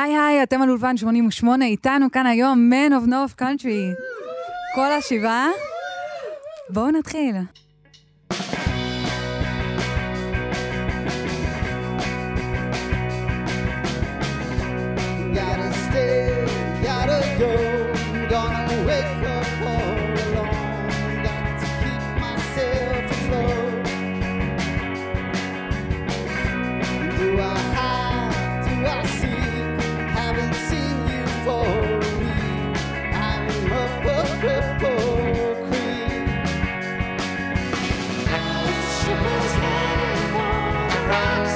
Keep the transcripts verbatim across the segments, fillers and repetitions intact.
היי היי, אתם על אולפן שמונים ושמונה, איתנו כאן היום Man of North Country. כל השבעה. בואו נתחיל. Gotta stay, gotta go, gonna wake up all alone, got to keep myself afloat. Do I hide, do I seek, haven't seen you for a week, I'm up a cripple creek. This ship is heading for the rocks,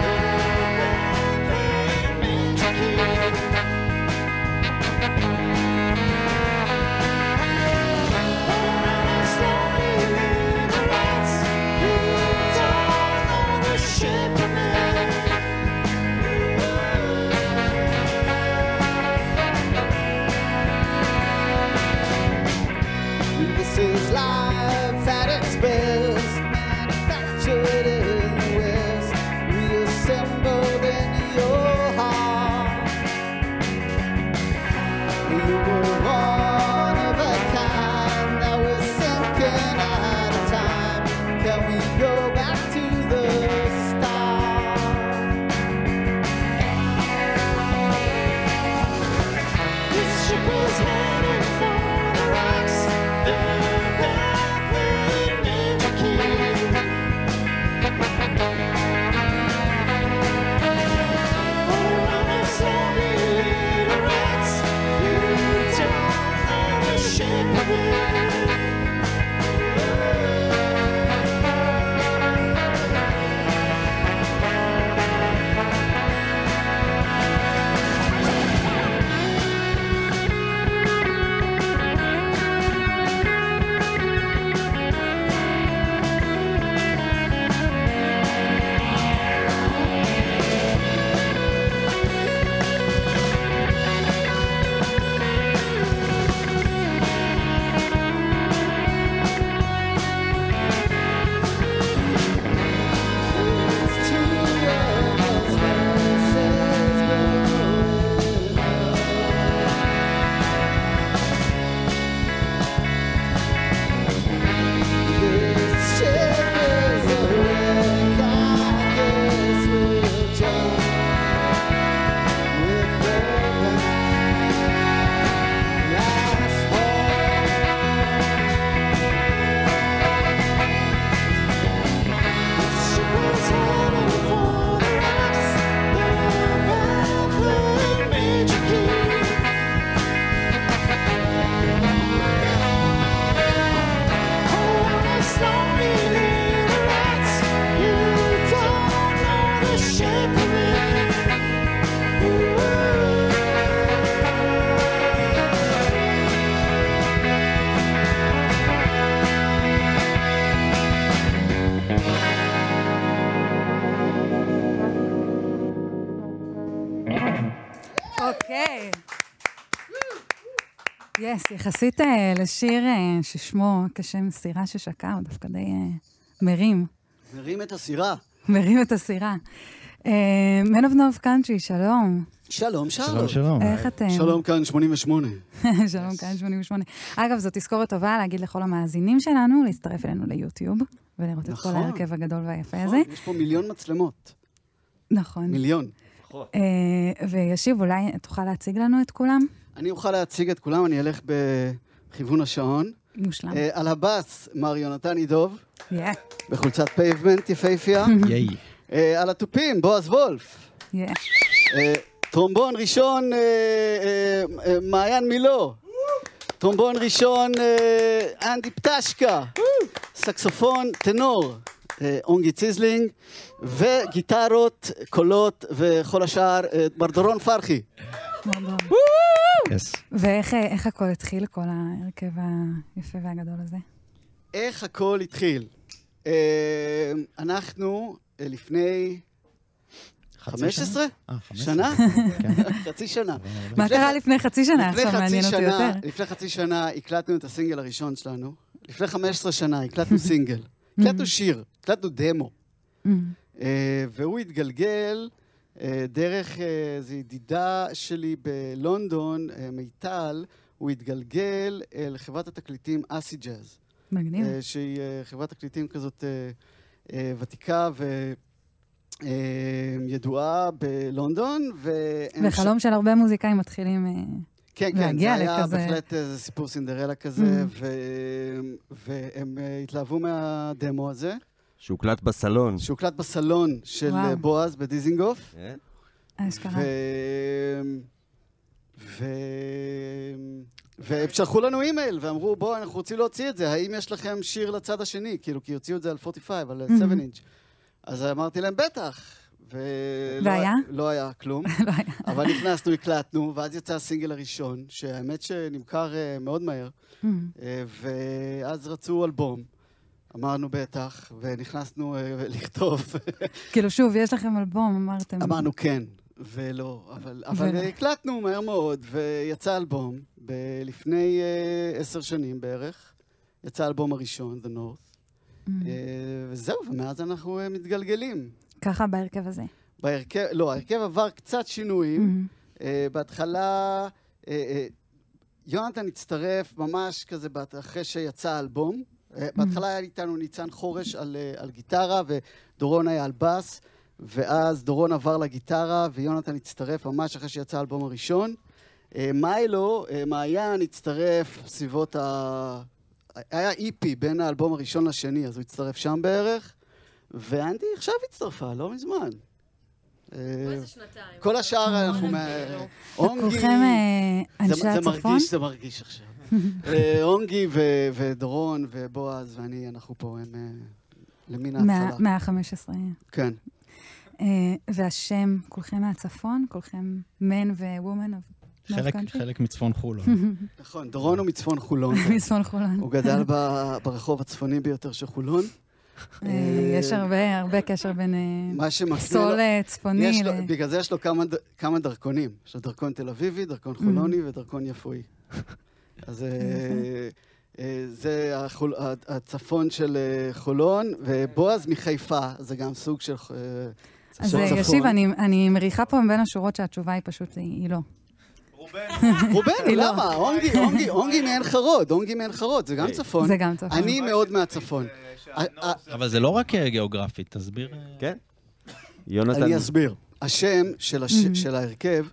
this is life at its best, manufactured in the West, reassembled in your heart. You were one of a kind that was sinking out of time. Can we go back to the start? This ship is headed for the rocks. אוקיי. יס, יחסית לשיר ששמו כשם סירה ששקע, הוא דווקא די מרים. מרים את הסירה. מרים את הסירה. Man of North Country, שלום. שלום, שלום. שלום, שלום. איך אתם? שלום כאן שמונים ושמונה. שלום כאן שמונים ושמונה. אגב, זאת תזכורת טובה להגיד לכל המאזינים שלנו, להצטרף אלינו ליוטיוב, ולראות את כל ההרכב הגדול והיפה הזה. יש פה מיליון מצלמות. נכון. מיליון. וישיב, אולי תוכל להציג לנו את כולם? אני אוכל להציג את כולם, אני אלך בכיוון השעון. מושלם. על הבאס, מר יונתן עידוב. יא. בחולצת פייבמנט יפהפייה. ייי. על הטופים, בועז וולף. יא. טרומבון ראשון, מעיין מילו. טרומבון ראשון, אנדי פטשקה. סקסופון, טנור. אונגי ציזלינג. וגיטרות, קולות וכל השאר, ברדורון פרחי. ואיך הכל התחיל, כל ההרכב היפה והגדול הזה? איך הכל התחיל? אנחנו לפני חמש עשרה שנה? חצי שנה. מה קרה לפני חצי שנה? עכשיו מעניין אותי יותר. לפני חצי שנה הקלטנו את הסינגל הראשון שלנו. לפני חמש עשרה שנה הקלטנו סינגל. הקלטנו שיר, הקלטנו דמו. והוא התגלגל אה, דרך איזו ידידה שלי בלונדון, אה, מיטל, הוא התגלגל אה, לחברת התקליטים אסי ג'אז. מגניב. אה, שהיא אה, חברת תקליטים כזאת אה, אה, ותיקה וידועה בלונדון. והם וחלום של הרבה מוזיקאים מתחילים... אה, כן, כן, זה להגיע היה לכזה. בהחלט איזה סיפור סינדרלה כזה, ו- והם אה, התלהבו מהדמו הזה, שהוקלט בסלון. שהוקלט בסלון של וואו. אה, בועז בדיזינגוף, כן? אשכרה. ו- ו- והם שלחו לנו אימייל ואמרו, בואו, אנחנו רוצים להוציא את זה, האם יש לכם שיר לצד השני? כאילו, כי הוציאו את זה על ארבעים וחמש, על שבע אינץ'. אז אמרתי להם, בטח. ולא והיה? לא היה כלום. לא היה. אבל נכנסנו, הקלטנו, ואז יצא הסינגל הראשון, שהאמת שנמכר אה, מאוד מהר, Mm. אה, ואז רצו אלבום. אמרנו בטח, ונכנסנו אה, לכתוב. כאילו, שוב, יש לכם אלבום, אמרתם. אמרנו כן, ולא, אבל, אבל ולא. הקלטנו מהר מאוד, ויצא אלבום, ב- לפני אה, עשר שנים בערך, יצא האלבום הראשון, The North, Mm. אה, וזהו, ומאז אנחנו אה, מתגלגלים. ככה בהרכב הזה. בהרכב, לא, ההרכב עבר קצת שינויים. Mm. Uh, בהתחלה, uh, uh, יונתן הצטרף ממש כזה בת- אחרי שיצא האלבום. Uh, בהתחלה היה איתנו ניצן חורש על, uh, על גיטרה, ודורון היה על בס, ואז דורון עבר לגיטרה, ויונתן הצטרף ממש אחרי שיצא האלבום הראשון. Uh, מיילו, uh, מעיין הצטרף סביבות ה... היה איפי בין האלבום הראשון לשני, אז הוא הצטרף שם בערך, ואנדי עכשיו הצטרפה, לא מזמן. איזה שנתיים. כל השאר אנחנו... מה- אונגי, כולכם אה, זה- אנשי זה הצפון? מרגיש, זה מרגיש עכשיו. אה, אונגי ו- ודורון ובועז ואני, אנחנו פה, הם אה, למין מה- ההתחלה. מה-חמש עשרה. כן. אה, והשם, כולכם מהצפון? כולכם man ו-woman of North חלק, Country? חלק מצפון חולון. נכון, דורון הוא מצפון חולון. מצפון חולון. הוא גדל ב- ברחוב הצפוני ביותר של חולון. אה, יש הרבה, הרבה קשר בין אה, מה שמקנה סול לו... אה, צפוני יש ל... לו, בגלל זה יש לו כמה, ד- כמה דרכונים. יש לו דרכון תל אביבי, דרכון חולוני ודרכון יפואי. אז אה, אה, זה החול, ה- הצפון של אה, חולון, ובועז מחיפה, זה גם סוג של, אה, אז של אה, צפון. ישיב, אני- אני מריחה פה בין השורות שהתשובה היא פשוט, היא היא לא. רובנו, היא לא. למה? אונגי, אונגי, אונגי מעין חרוד, אונגי מעין חרוד, זה גם צפון. זה גם צפון. אני מאוד מהצפון. ה- ה- אבל זה לא רק אה, גיאוגרפית, תסביר. אה, כן. יונתן... אני אסביר. השם של הש- של ההרכב,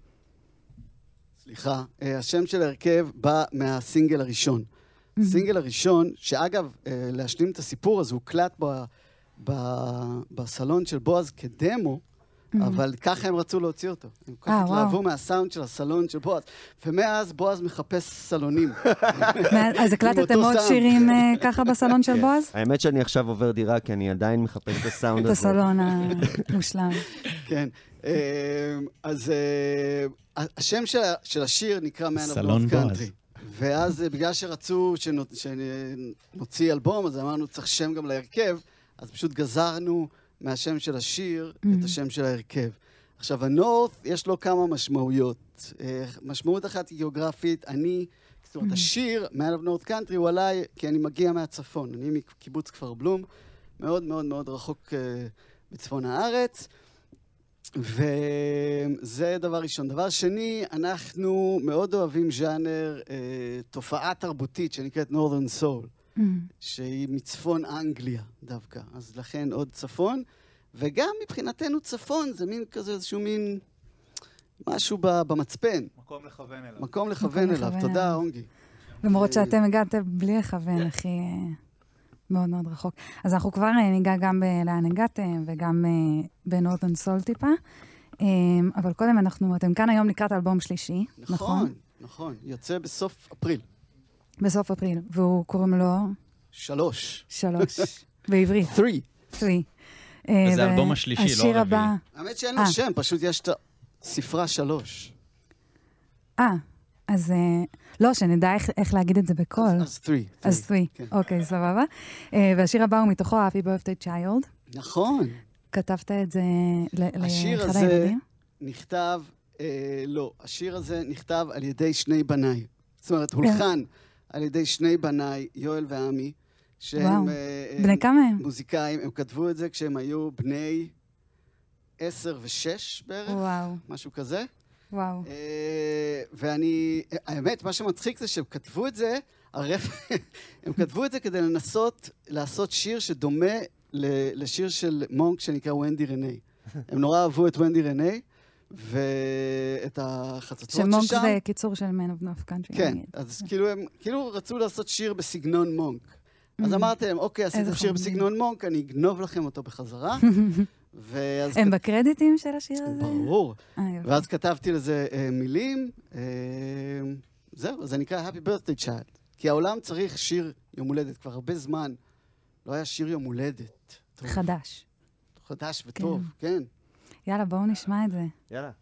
סליחה, אה, השם של ההרכב בא מהסינגל הראשון. הסינגל הראשון, שאגב, אה, להשלים את הסיפור הזה, הוקלט ב- ב- בסלון של בועז כדמו, אבל ככה הם רצו להוציא אותו. הם אה, ככה וואו. התלהבו מהסאונד של הסלון של בועז. ומאז בועז מחפש סלונים. מה- אז הקלטתם אותו עוד סאונד. שירים אה, ככה בסלון של בועז? האמת שאני עכשיו עובר דירה, כי אני עדיין מחפש את הסאונד את הזה. הסלון המושלם. כן. אה, אז אה, השם של ה- של השיר נקרא Man of סלון North בועז. Country. ואז אה, בגלל שרצו שנות- שנוציא אלבום, אז אמרנו צריך שם גם להרכב, אז פשוט גזרנו מהשם של השיר את השם של ההרכב. עכשיו, הנורת' יש לו כמה משמעויות. אה, משמעות אחת היא גיאוגרפית. אני, זאת אומרת, השיר, Man of North Country, הוא עליי כי אני מגיע מהצפון. אני מקיבוץ כפר בלום, מאוד מאוד מאוד רחוק אה, בצפון הארץ. וזה דבר ראשון. דבר שני, אנחנו מאוד אוהבים ז'אנר, אה, תופעה תרבותית שנקראת Northern Soul, שהיא מצפון אנגליה דווקא. אז לכן עוד צפון. וגם מבחינתנו צפון זה מין כזה איזשהו מין משהו ב- במצפן. מקום לכוון אליו. מקום לכוון אליו. לכוון תודה, אליו. אונגי. למרות שאתם הגעתם בלי לכוון, הכי אה, מאוד מאוד רחוק. אז אנחנו כבר אה, ניגע גם ב- לאן הגעתם, וגם אה, בנורת'ן סול טיפה. אה, אבל קודם אנחנו, אתם כאן היום לקראת אלבום שלישי, נכון? נכון, נכון. יוצא בסוף אפריל. בסוף אפריל, והוא קוראים לו שלוש. שלוש, בעברית, three. three. וזה האלבום השלישי, לא השיר הרביעי. הבא, האמת שאין לו אה. שם, פשוט יש את הספרה שלוש. אה, אז אה, לא, שנדע איך- איך להגיד את זה בקול. אז three. אז three, כן. אוקיי, סבבה. אה, והשיר הבא הוא מתוכו, Happy Birthday Child. נכון. כתבת את זה ל- השיר לאחד הזה הילדים? נכתב, אה, לא, השיר הזה נכתב על ידי שני בניי. זאת אומרת, הולחן על ידי שני בניי, יואל ועמי, שהם וואו. אה, בני כמה הם? מוזיקאים. הם כתבו את זה כשהם היו בני עשר ושש בערך, וואו, משהו כזה. וואו. אה, ואני, האמת, מה שמצחיק זה שהם כתבו את זה, הרף, הם כתבו את זה כדי לנסות לעשות שיר שדומה ל- לשיר של מונק שנקרא ונדי רני. הם נורא אהבו את ונדי רני, ואת החצוצרות ששם. שמונק זה קיצור של Man of North Country. כן, נגיד. אז כאילו הם כאילו רצו לעשות שיר בסגנון מונק. אז אמרתי להם, אוקיי, עשיתם איזה שיר חמודים. בסגנון מונק, אני אגנוב לכם אותו בחזרה. ואז הם בקרדיטים של השיר הזה? ברור. אה, יופי. ואז כתבתי לזה אה, מילים. אה, זהו, זה נקרא Happy Birthday Child. כי העולם צריך שיר יום הולדת. כבר הרבה זמן לא היה שיר יום הולדת. טוב, חדש. חדש וטוב, כן. יאללה, בואו נשמע את זה. יאללה.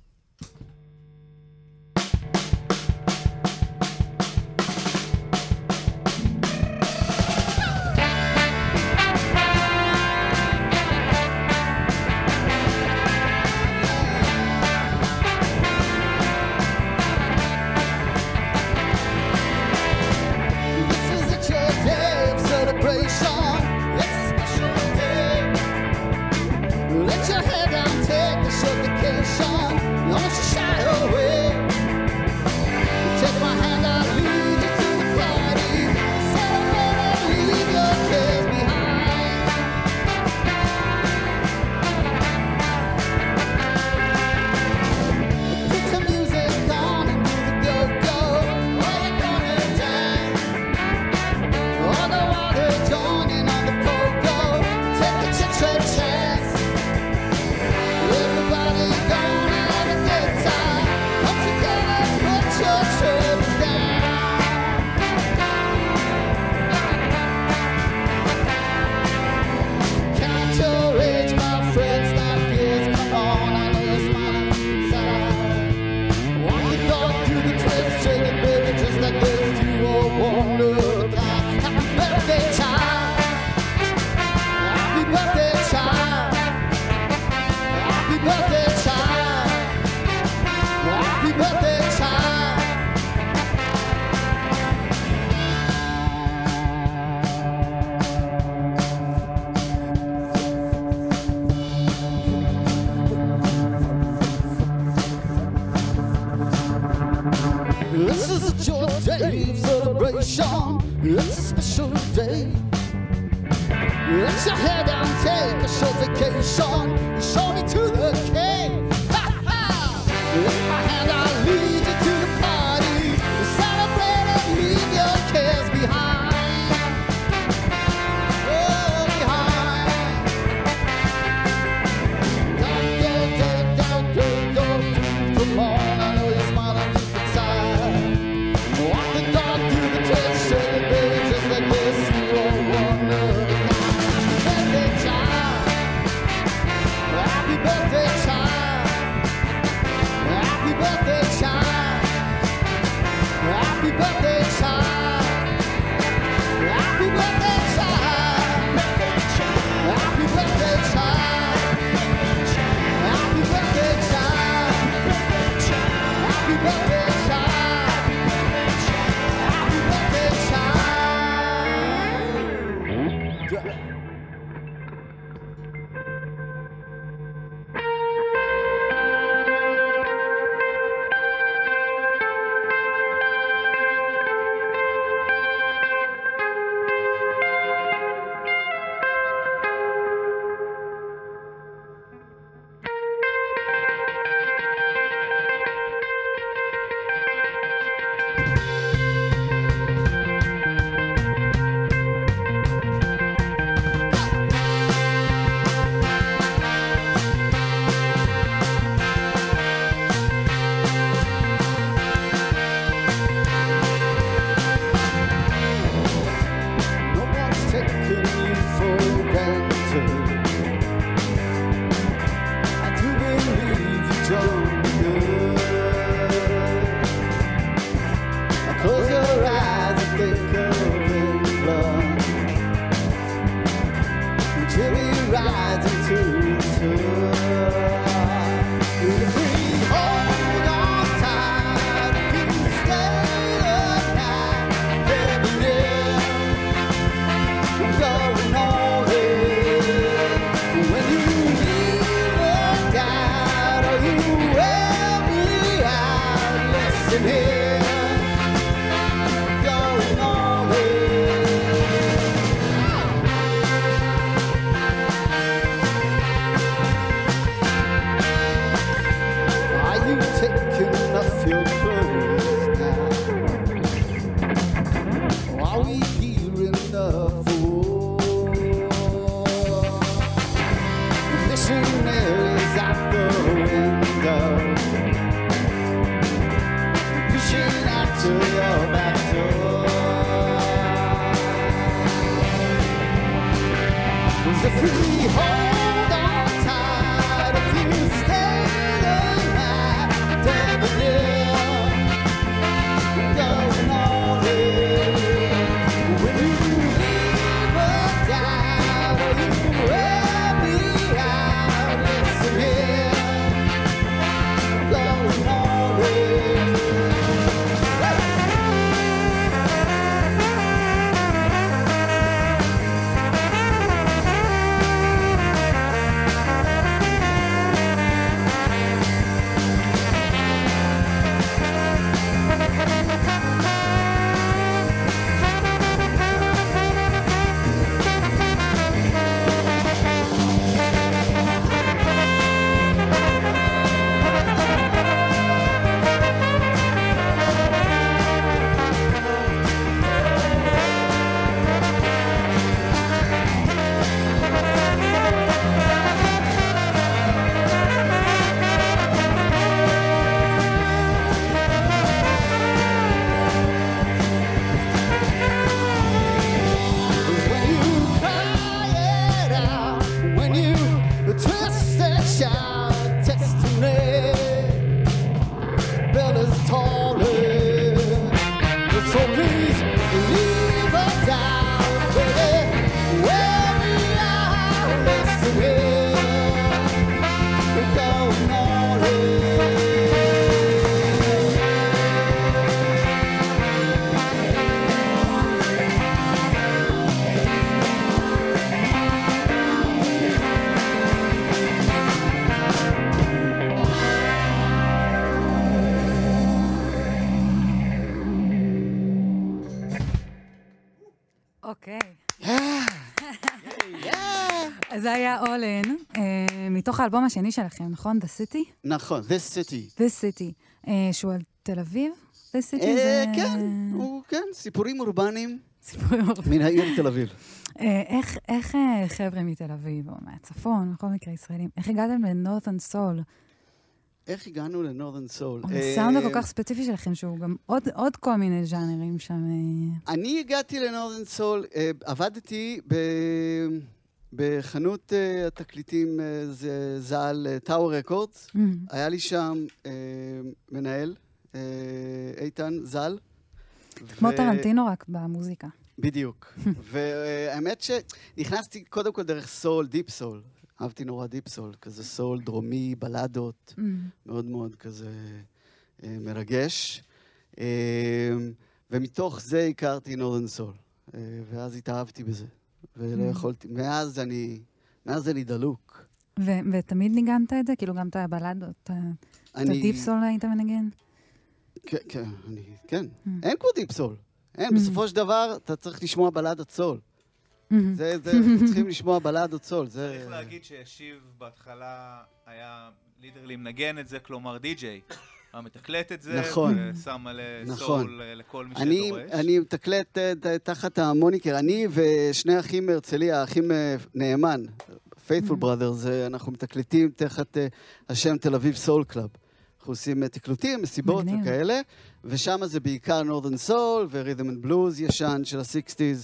This is a joy day celebration. It's a special day. Let your head down, take a short vacation. Show me to the cave. Ha ha! Lift my hand, I'll lead you to the party. Celebrate and leave your cares behind. Oh, behind. Don't, don't, don't, don't, don't, don't. Come on, I know you're smiling deep inside. Walk the dog through the church, say the baby just like this. You won't wonder. Happy birthday, child. Happy taking off your clothes now. Are we hearing the fool? Missionaries out the window, pushing out to your back door. If we hold on tight, if you stay the night, never live, going on it. When you leave us down, or you wear me out, listen here, going on it. אוקיי. זה היה אולן, מתוך האלבום השני שלכם, נכון? The City? נכון, This City. This City, שהוא על תל אביב? This City אה, זה... כן, הוא, כן, סיפורים אורבניים סיפורים אורבניים. מן העיר תל אביב. אה, איך, איך אה, חבר'ה מתל אביב, או מהצפון, בכל מקרה ישראלים, איך הגעתם לנורת'רן סול? איך הגענו לנורת'רן סול? או לסאונד הכל כך ספציפי שלכם, שהוא גם עוד, עוד כל מיני ז'אנרים שם. אה... אני הגעתי לנורת'רן סול, אה, עבדתי ב... בחנות uh, התקליטים uh, זה ז"ל טאוור רקורדס, mm-hmm. היה לי שם uh, מנהל, uh, איתן ז"ל. כמו ו... טרנטינו רק במוזיקה. בדיוק. והאמת שנכנסתי קודם כל דרך סול, דיפ סול. אהבתי נורא דיפ סול, כזה סול דרומי, בלדות, mm-hmm. מאוד מאוד כזה uh, מרגש. Uh, ומתוך זה הכרתי נורת'רן סול, uh, ואז התאהבתי בזה. ולא יכולתי, מאז אני, מאז אני דלוק. ותמיד ניגנת את זה? כאילו גם את הבלדות, את הדיפ סול היית מנגן? כן, כן, אני, כן. אין כמו דיפ סול. אין, בסופו של דבר אתה צריך לשמוע בלדת סול. זה, זה, צריכים לשמוע בלדת סול. צריך להגיד שישיב בהתחלה היה לידרלי מנגן את זה, כלומר די-ג'יי. מתקלט את זה, ושם מלא סול לכל מי שדורש. אני מתקלט תחת המוניקר. אני ושני אחים מהרצליה, האחים נאמן, Faithful Brothers, אנחנו מתקלטים תחת השם תל אביב סול קלאב. אנחנו עושים תקלוטים, מסיבות וכאלה, ושם זה בעיקר נורת'רן סול ורית'ם אנד בלוז ישן של ה-סיקסטיז,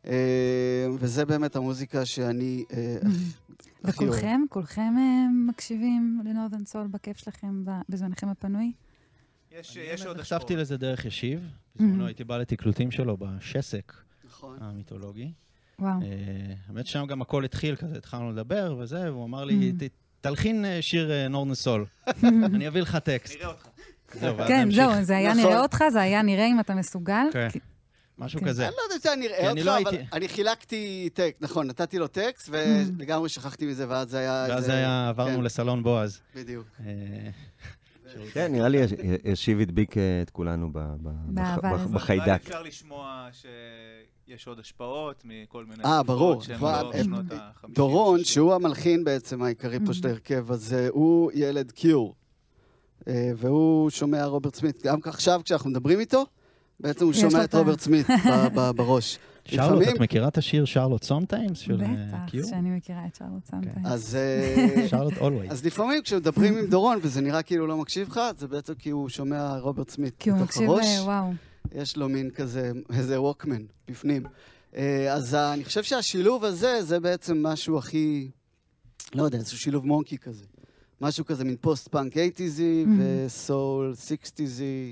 וזה באמת המוזיקה שאני הכי אוהב. וכולכם, כולכם מקשיבים לנורת'רן סול בכיף שלכם בזמנכם הפנוי? יש עוד השפעות. נחשפתי לזה דרך ישיב, בזמנו הייתי בא לתקלוטים שלו בשסק המיתולוגי. וואו. האמת שם גם הכל התחיל כזה, התחלנו לדבר וזה, והוא אמר לי, תלחין שיר נורת'רן סול, אני אביא לך טקסט. נראה אותך. כן, זהו, זה היה נראה אותך, זה היה נראה אם אתה מסוגל. משהו כזה. אני לא יודע שאני אראה אותך, אבל אני חילקתי טקסט, נכון, נתתי לו טקסט, ולגמרי שכחתי מזה, ואז זה היה... ואז היה, עברנו לסלון בועז. בדיוק. כן, נראה לי ישיב הדביק את כולנו בחיידק. אפשר לשמוע שיש עוד השפעות מכל מיני... אה, ברור. שנות ה-חמישים. דורון, שהוא המלחין בעצם העיקרי פה של ההרכב הזה, הוא ילד קיור. והוא שומע רוברט סמית. גם עכשיו, כשאנחנו מדברים איתו, בעצם הוא שומע את רוברט סמית בראש. שרלוט, את מכירה את השיר שרלוט סומטיימס של קיו? בטח, שאני מכירה את שרלוט סומטיימס. אז שרלוט אולווייז. אז לפעמים כשמדברים עם דורון, וזה נראה כאילו לא מקשיב לך, זה בעצם כי הוא שומע רוברט סמית בתוך הראש. כי הוא מקשיב, וואו. יש לו מין כזה, איזה ווקמן בפנים. אז אני חושב שהשילוב הזה, זה בעצם משהו הכי, לא יודע, איזשהו שילוב מונקי כזה. משהו כזה, מין פוסט-פאנק אייטיזי וסול סיקסטיזי,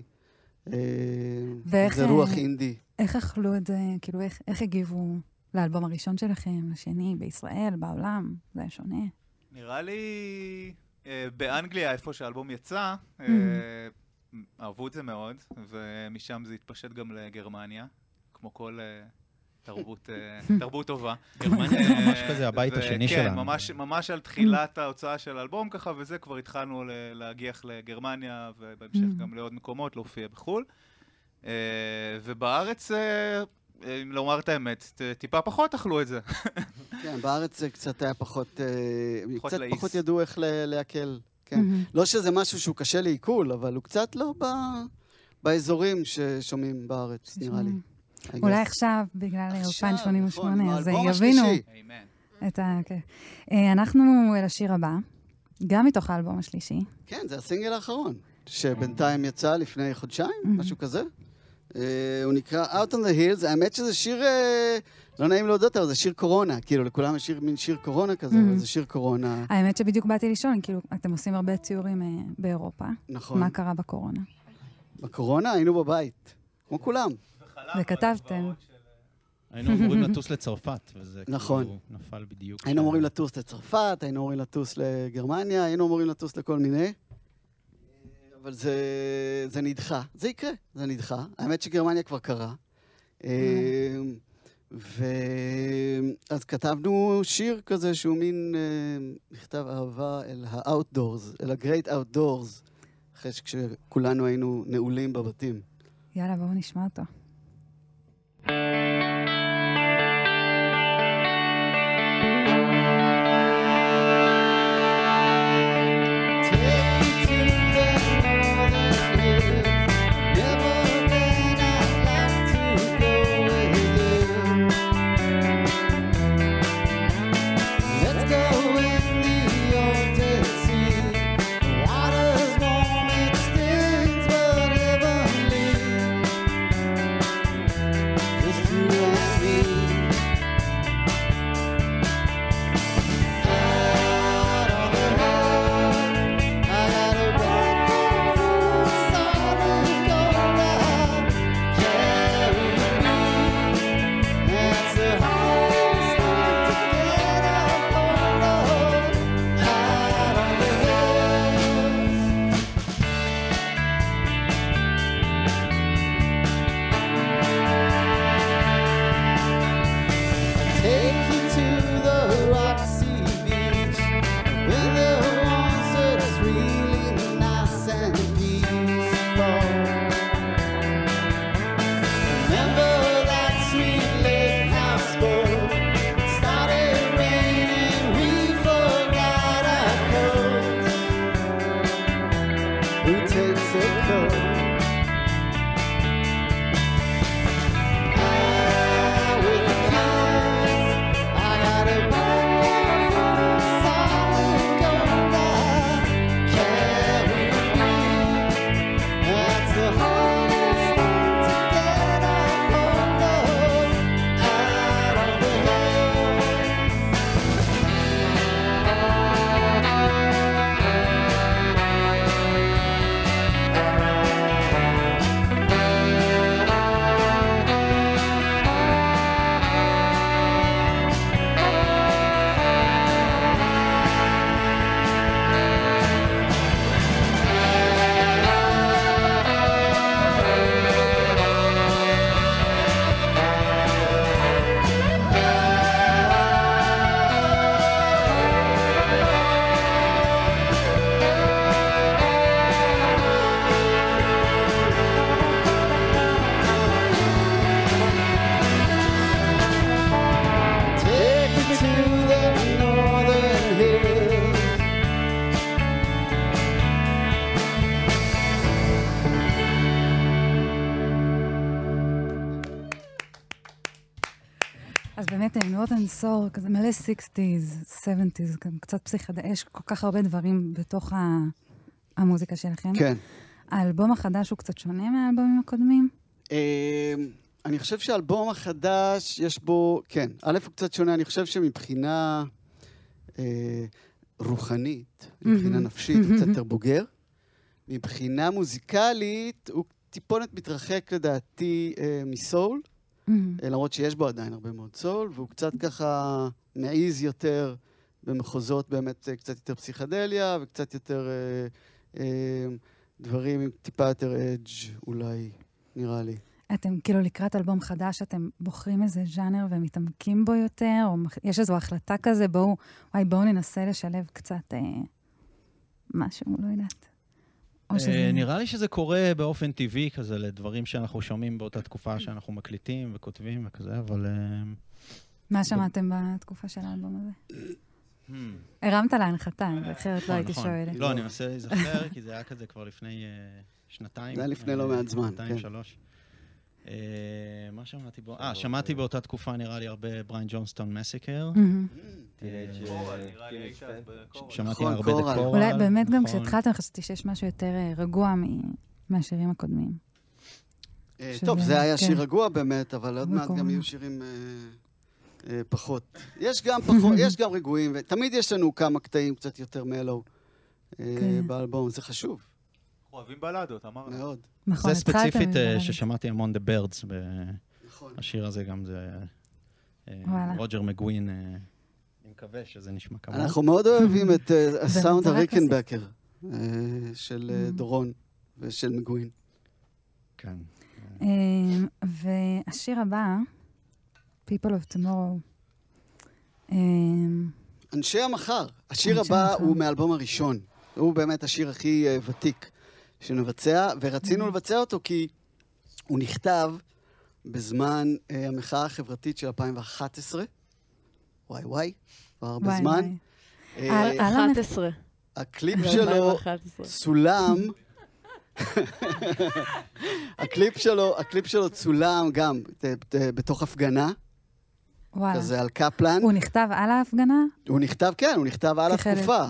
זה רוח אינדי. איך אכלו את זה, כאילו, איך הגיבו לאלבום הראשון שלכם, לשני, בישראל, בעולם? זה היה שונה. נראה לי, באנגליה, איפה שהאלבום יצא, אהבו את זה מאוד, ומשם זה התפשט גם לגרמניה, כמו כל תרבות, תרבות טובה. גרמניה זה ממש כזה הבית השני שלנו. כן, ממש על תחילת ההוצאה של האלבום ככה, וזה כבר התחלנו להגיח לגרמניה, ובהמשך גם לעוד מקומות, להופיע בחול. ובארץ, אם לומר את האמת, טיפה פחות אכלו את זה. כן, בארץ זה קצת היה פחות, קצת פחות ידעו איך להקל. כן. לא שזה משהו שהוא קשה לעיכול, אבל הוא קצת לא באזורים ששומעים בארץ, נראה לי. אולי עכשיו, בגלל אלפיים שמונים ושמונה, אז יבינו את ה... אנחנו אל השיר הבא, גם מתוך האלבום השלישי. כן, זה הסינגל האחרון, שבינתיים יצא לפני חודשיים, משהו כזה. הוא נקרא Out on the Hills. האמת שזה שיר, לא נעים להודות, אבל זה שיר קורונה. כאילו, לכולם יש מין שיר קורונה כזה, אבל זה שיר קורונה. האמת שבדיוק באתי לשאול, כאילו, אתם עושים הרבה ציורים באירופה. נכון. מה קרה בקורונה? בקורונה היינו בבית, כמו כולם. וכתבתם. היינו אמורים לטוס לצרפת, וזה נכון. כאילו נפל בדיוק. היינו אמורים לטוס לצרפת, היינו אמורים לטוס לגרמניה, היינו אמורים לטוס לכל מיני. אבל זה, זה נדחה. זה יקרה, זה נדחה. האמת שגרמניה כבר קרה. ואז כתבנו שיר כזה שהוא מין מכתב אהבה אל ה-outdoors, אל ה-great outdoors, אחרי שכולנו היינו נעולים בבתים. יאללה, בואו נשמע אותו. Just to אז באמת, נורת'רן סול, כזה מלא שישים, שבעים, קצת פסיכדלי, יש כל כך הרבה דברים בתוך המוזיקה שלכם. כן. האלבום החדש הוא קצת שונה מהאלבומים הקודמים? אני חושב שהאלבום החדש, יש בו, כן, א' הוא קצת שונה, אני חושב שמבחינה רוחנית, מבחינה נפשית, הוא קצת יותר בוגר. מבחינה מוזיקלית, הוא טיפונת מתרחק לדעתי מסול, למרות שיש בו עדיין הרבה מאוד סול, והוא קצת ככה מעיז יותר במחוזות באמת קצת יותר פסיכדליה, וקצת יותר דברים עם טיפה יותר אדג' אולי, נראה לי. אתם כאילו לקראת אלבום חדש, אתם בוחרים איזה ז'אנר ומתעמקים בו יותר, או יש איזו החלטה כזה, בואו, וואי, בואו ננסה לשלב קצת אה, משהו, לא יודעת. שזה... נראה לי שזה קורה באופן טבעי כזה, לדברים שאנחנו שומעים באותה תקופה שאנחנו מקליטים וכותבים וכזה, אבל... מה שמעתם בתקופה של האלבום הזה? הרמת להנחתה, אחרת לא הייתי שואלת. לא, אני מנסה להיזכר, כי זה היה כזה כבר לפני שנתיים. זה היה לפני לא מעט זמן, שנתיים, שלוש. מה שמעתי בו? אה, שמעתי באותה תקופה, נראה לי, הרבה בריין ג'ונסטון מסיקר. שמעתי הרבה דקורל. אולי באמת גם כשהתחלתם חשבתי שיש משהו יותר רגוע מהשירים הקודמים. טוב, זה היה שיר רגוע באמת, אבל עוד מעט גם יהיו שירים פחות. יש גם פחות, יש גם רגועים, ותמיד יש לנו כמה קטעים קצת יותר מלו באלבום, זה חשוב. אנחנו אוהבים בלדות, אמרנו. מאוד. זה ספציפית ששמעתי המון The Birds, השיר הזה גם זה רוג'ר מגווין, אני מקווה שזה נשמע כמוהו. אנחנו מאוד אוהבים את הסאונד הריקנבקר של דורון ושל מגווין. כן. והשיר הבא, People of Tomorrow. אנשי המחר. השיר הבא הוא מהאלבום הראשון. הוא באמת השיר הכי ותיק שנבצע, ורצינו לבצע אותו כי הוא נכתב בזמן המחאה החברתית של אלפיים ואחת עשרה. וואי וואי, כבר הרבה זמן. אחת עשרה. הקליפ שלו צולם, הקליפ שלו, הקליפ שלו צולם גם בתוך הפגנה. כזה על קפלן. הוא נכתב על ההפגנה? הוא נכתב, כן, הוא נכתב על התקופה.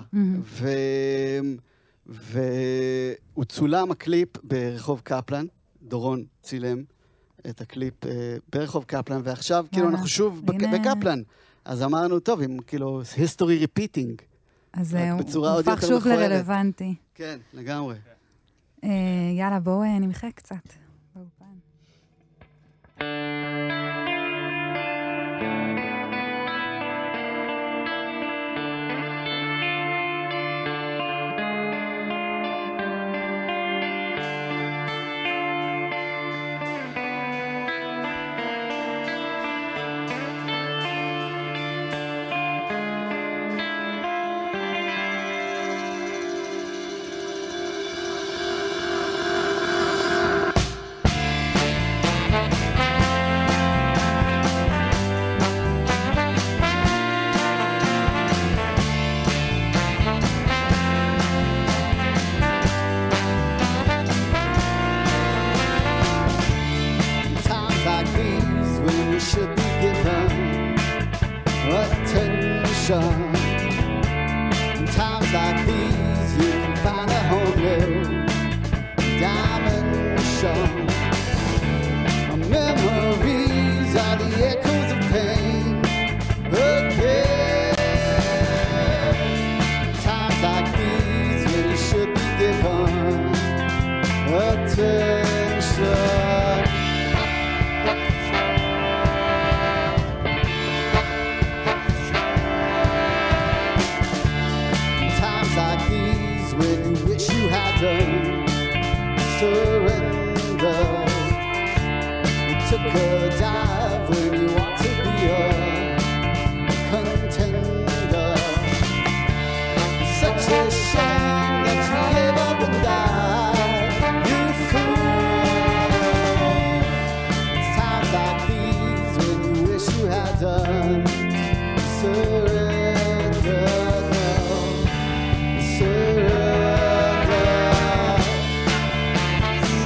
והוא צולם הקליפ ברחוב קפלן, דורון צילם את הקליפ ברחוב קפלן, ועכשיו כאילו אנחנו שוב בקפלן. אז אמרנו, טוב, עם כאילו history repeating. אז הוא הופך שוב לרלוונטי. כן, לגמרי. יאללה, בואו נמחה קצת. באופן.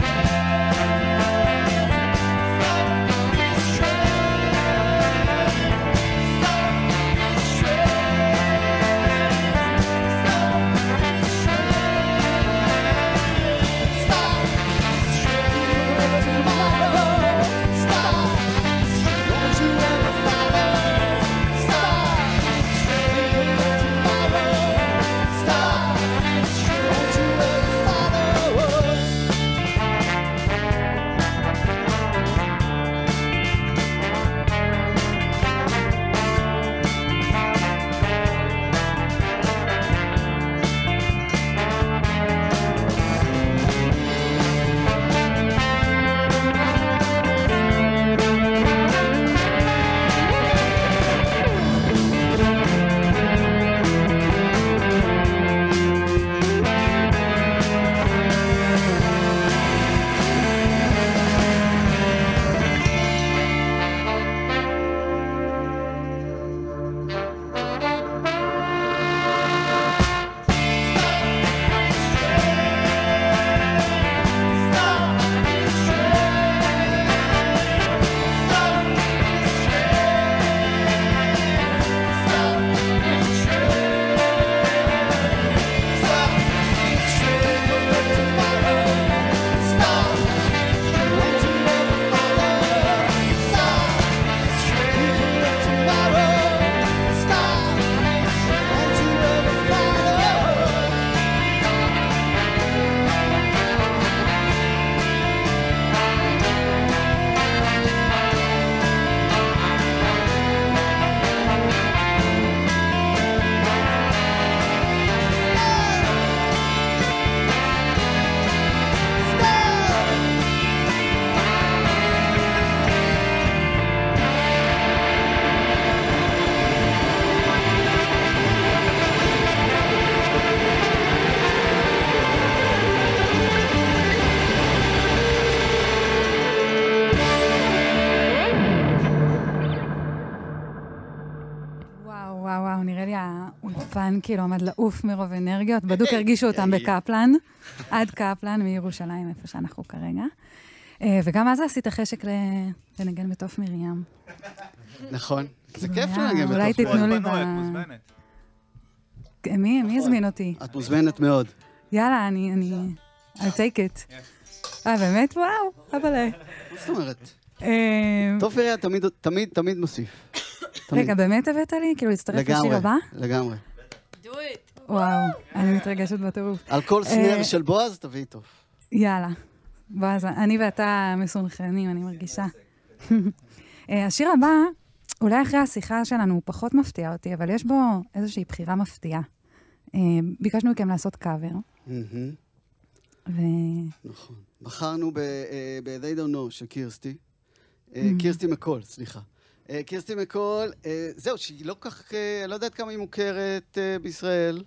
Surrender. האולפן כאילו עמד לעוף מרוב אנרגיות, בדוק הרגישו אותם בקפלן, עד קפלן מירושלים, איפה שאנחנו כרגע. וגם אז עשית חשק לנגן בתוף מרים. נכון, זה כיף לנגן בתוף מרים. אולי תיתנו לי ב... את מוזמנת. מי? מי הזמין אותי? את מוזמנת מאוד. יאללה, אני... אני... I'll take it. אה, באמת? וואו, אבל... מה זאת אומרת? טוב, פריה, תמיד, תמיד, תמיד מוסיף. רגע, באמת הבאת לי? כאילו, להצטרף לשיר הבא? לגמרי. Do it. וואו, אני מתרגשת בטירוף. על כל סנר של בועז, תביאי טוב. יאללה. בועז, אני ואתה מסונכרנים, אני מרגישה. השיר הבא, אולי אחרי השיחה שלנו, הוא פחות מפתיע אותי, אבל יש בו איזושהי בחירה מפתיעה. ביקשנו מכם לעשות קאבר. נכון. בחרנו ב-They Don't Know של קירסטי. קירסטי מקול, סליחה. קירסטי מקול, זהו, שהיא לא כך, לא יודעת כמה היא מוכרת בישראל.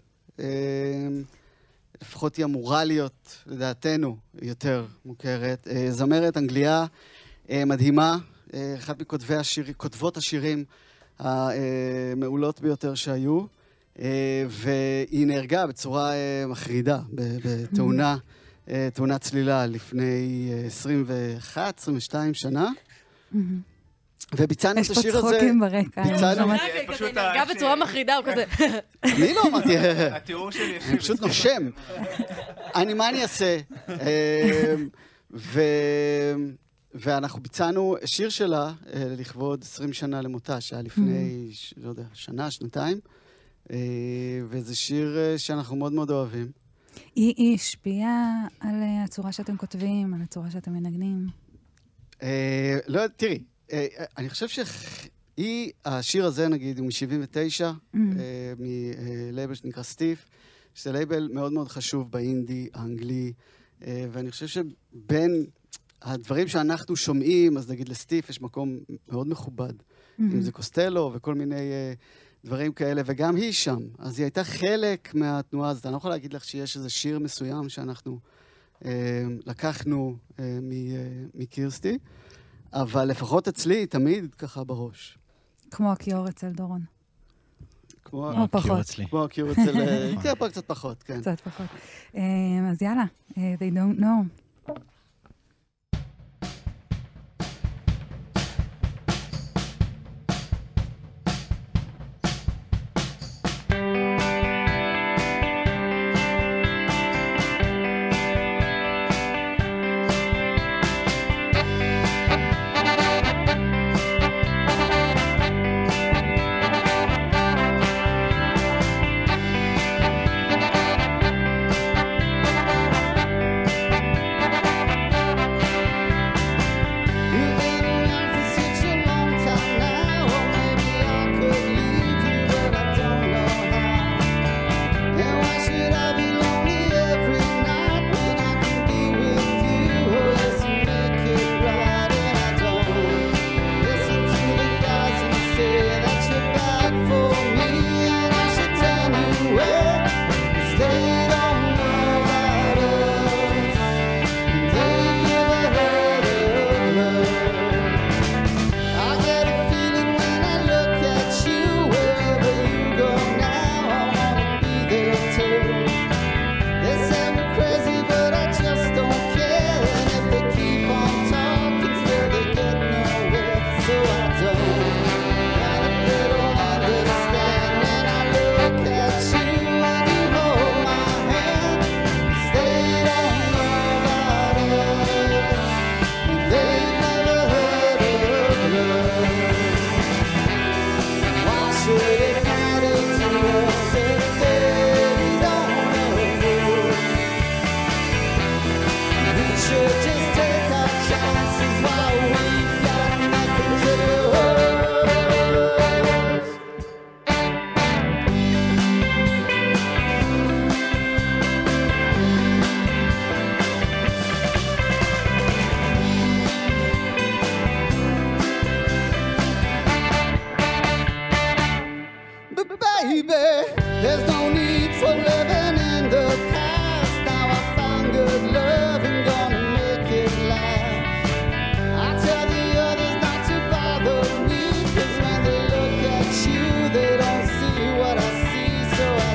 לפחות היא אמורה להיות, לדעתנו, יותר מוכרת. זמרת אנגליה מדהימה, אחת מכותבות השירים המעולות ביותר שהיו, והיא נהרגה בצורה מחרידה, בתאונה. תאונת צלילה לפני עשרים ואחת עשרים ושתיים שנה. וביצענו את השיר הזה... יש פה צחוקים ברקע. ביצענו... כזה נרגע בצורה מחרידה, הוא כזה... אני לא אמרתי... התיאור שלי... אני פשוט נושם. אני, מה אני אעשה? ואנחנו ביצענו שיר שלה לכבוד עשרים שנה למותה, שהיה לפני, לא יודע, שנה, שנתיים. וזה שיר שאנחנו מאוד מאוד אוהבים. היא השפיעה על הצורה שאתם כותבים, על הצורה שאתם מנגנים? לא, תראי, אני חושב שהיא, השיר הזה נגיד, הוא מ-שבעים ותשע, מלייבל שנקרא סטיף, שזה לייבל מאוד מאוד חשוב באינדי, האנגלי, ואני חושב שבין הדברים שאנחנו שומעים, אז נגיד לסטיף יש מקום מאוד מכובד, אם זה קוסטלו וכל מיני... דברים כאלה, וגם היא שם. אז היא הייתה חלק מהתנועה הזאת. אני לא יכול להגיד לך שיש איזה שיר מסוים שאנחנו אה, לקחנו אה, מקירסטי, אבל לפחות אצלי היא תמיד ככה בראש. כמו הכיור אצל דורון. כמו הכיור אצלי. כמו הכיור אצל... כן, פה קצת פחות, כן. קצת פחות. אז יאללה, they don't know. So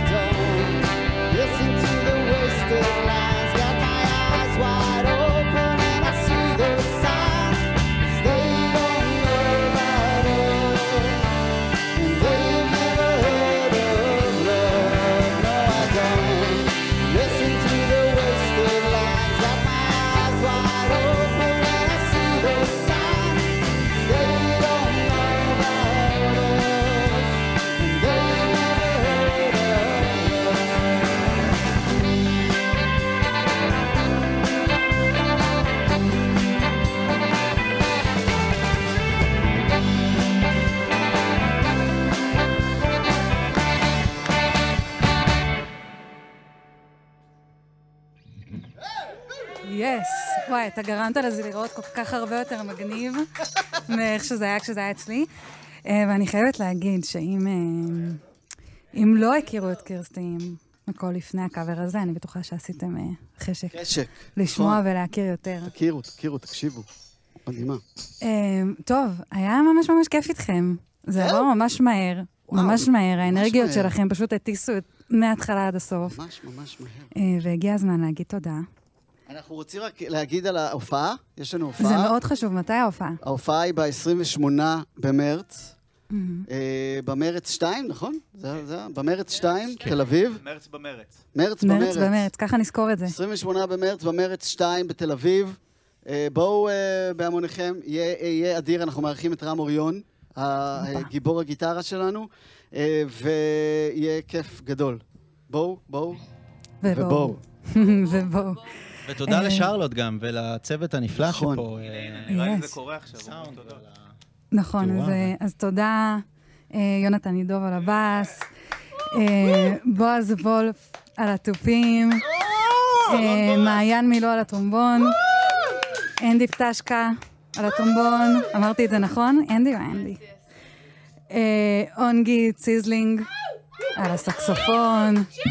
יס. וואי, אתה גרמת לזה לראות כל כך הרבה יותר מגניב מאיך שזה היה כשזה היה אצלי. ואני חייבת להגיד שאם אם לא הכירו את קירסטי הכל לפני הקאבר הזה, אני בטוחה שעשיתם חשק. חשק. לשמוע ולהכיר יותר. תכירו, תכירו, תקשיבו. מדהימה. טוב, היה ממש ממש כיף איתכם. זה עבר ממש מהר. ממש מהר. האנרגיות שלכם פשוט הטיסו מההתחלה עד הסוף. ממש ממש מהר. והגיע הזמן להגיד תודה. אנחנו רוצים רק להגיד על ההופעה. יש לנו הופעה. זה מאוד חשוב. מתי ההופעה? ההופעה היא ב-עשרים ושמונה במרץ. במרץ שתיים, נכון? זה, במרץ שתיים, תל אביב. מרץ במרץ. מרץ במרץ. מרץ במרץ, ככה נזכור את זה. עשרים ושמונה במרץ, במרץ שתיים בתל אביב. בואו בהמוניכם, יהיה אדיר, אנחנו מארחים את רם אוריון, הגיבור הגיטרה שלנו, ויהיה כיף גדול. בואו, בואו, ובואו. ובואו. ותודה לשרלוט גם, ולצוות הנפלא שפה. נראה לי זה קורה עכשיו. נכון, אז תודה יונתן נידוב על הבאס, בועז וולף על התופים, מעיין מילו על הטרומבון, אנדי פטשקה על הטרומבון, אמרתי את זה נכון? אנדי או אנדי? אונגי ציזלינג על הסקסופון.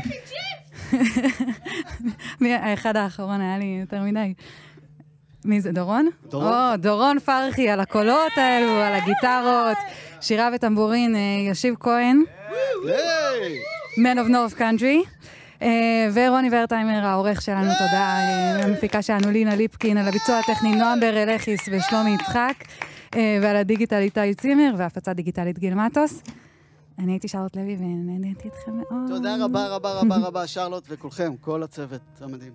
האחד האחרון היה לי יותר מדי. מי זה, דורון? דורון. או, דורון פרחי על הקולות האלו, על הגיטרות, שירה וטמבורין, ישיב כהן. Man of North Country. ורוני ורטיימר, העורך שלנו, תודה. המפיקה שלנו, לינה ליפקין, על הביצוע הטכני, נועם ברלכיס ושלומי יצחק, ועל הדיגיטל איתי צימר, והפצה דיגיטלית גיל מטוס. אני הייתי שרלוט לוי ונהניתי אתכם מאוד. תודה רבה רבה רבה רבה, שרלוט וכולכם, כל הצוות המדהים.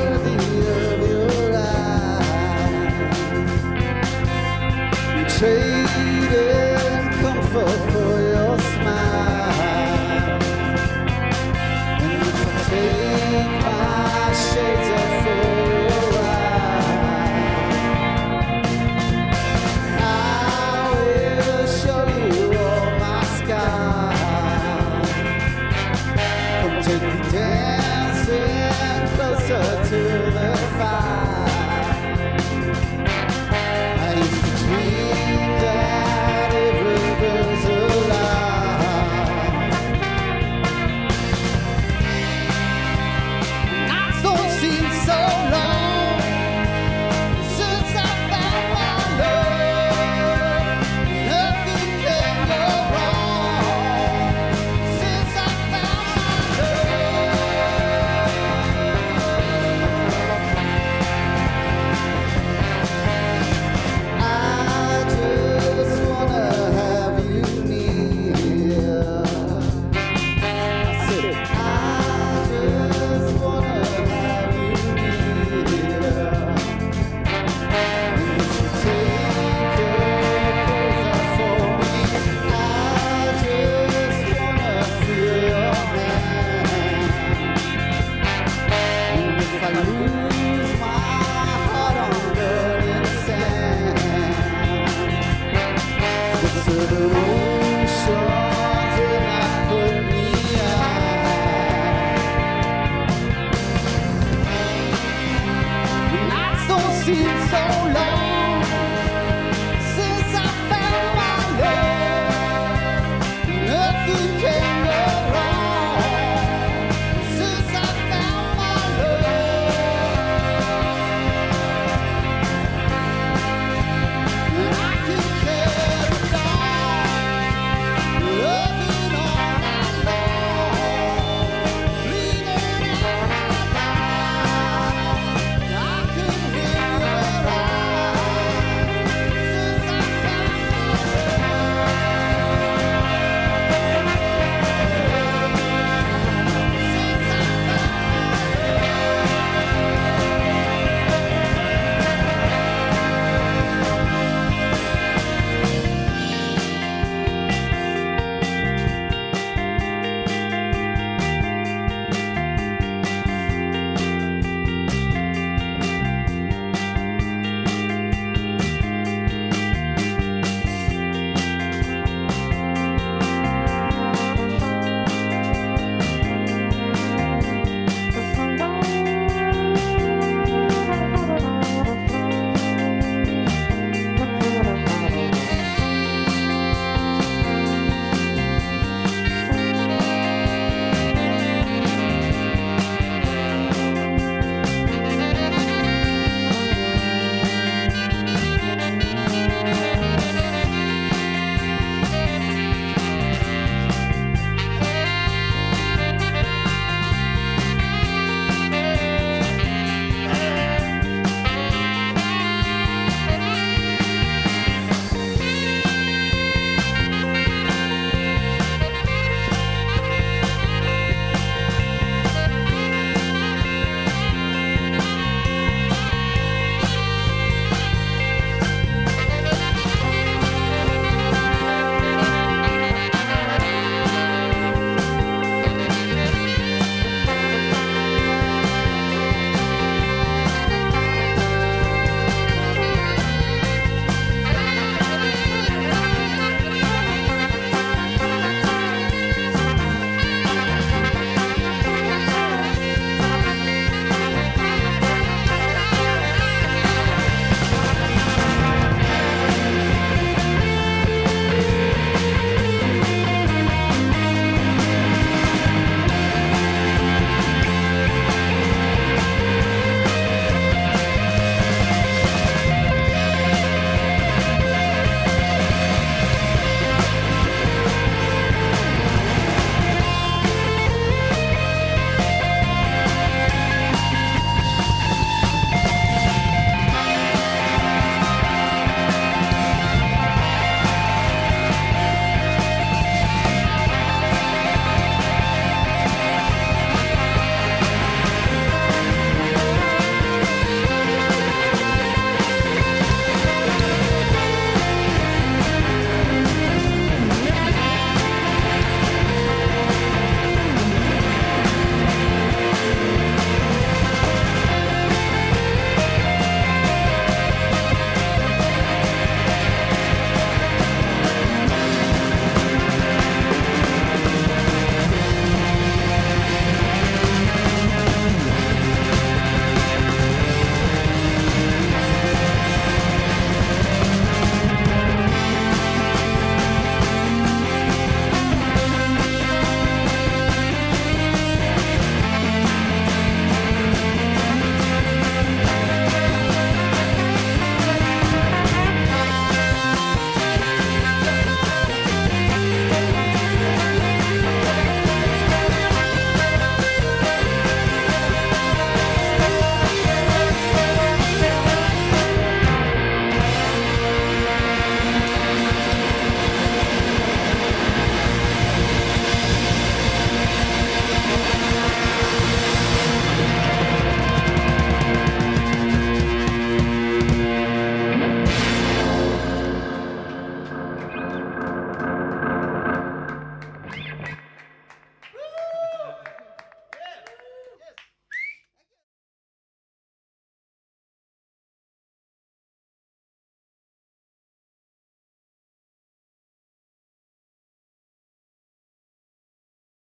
Say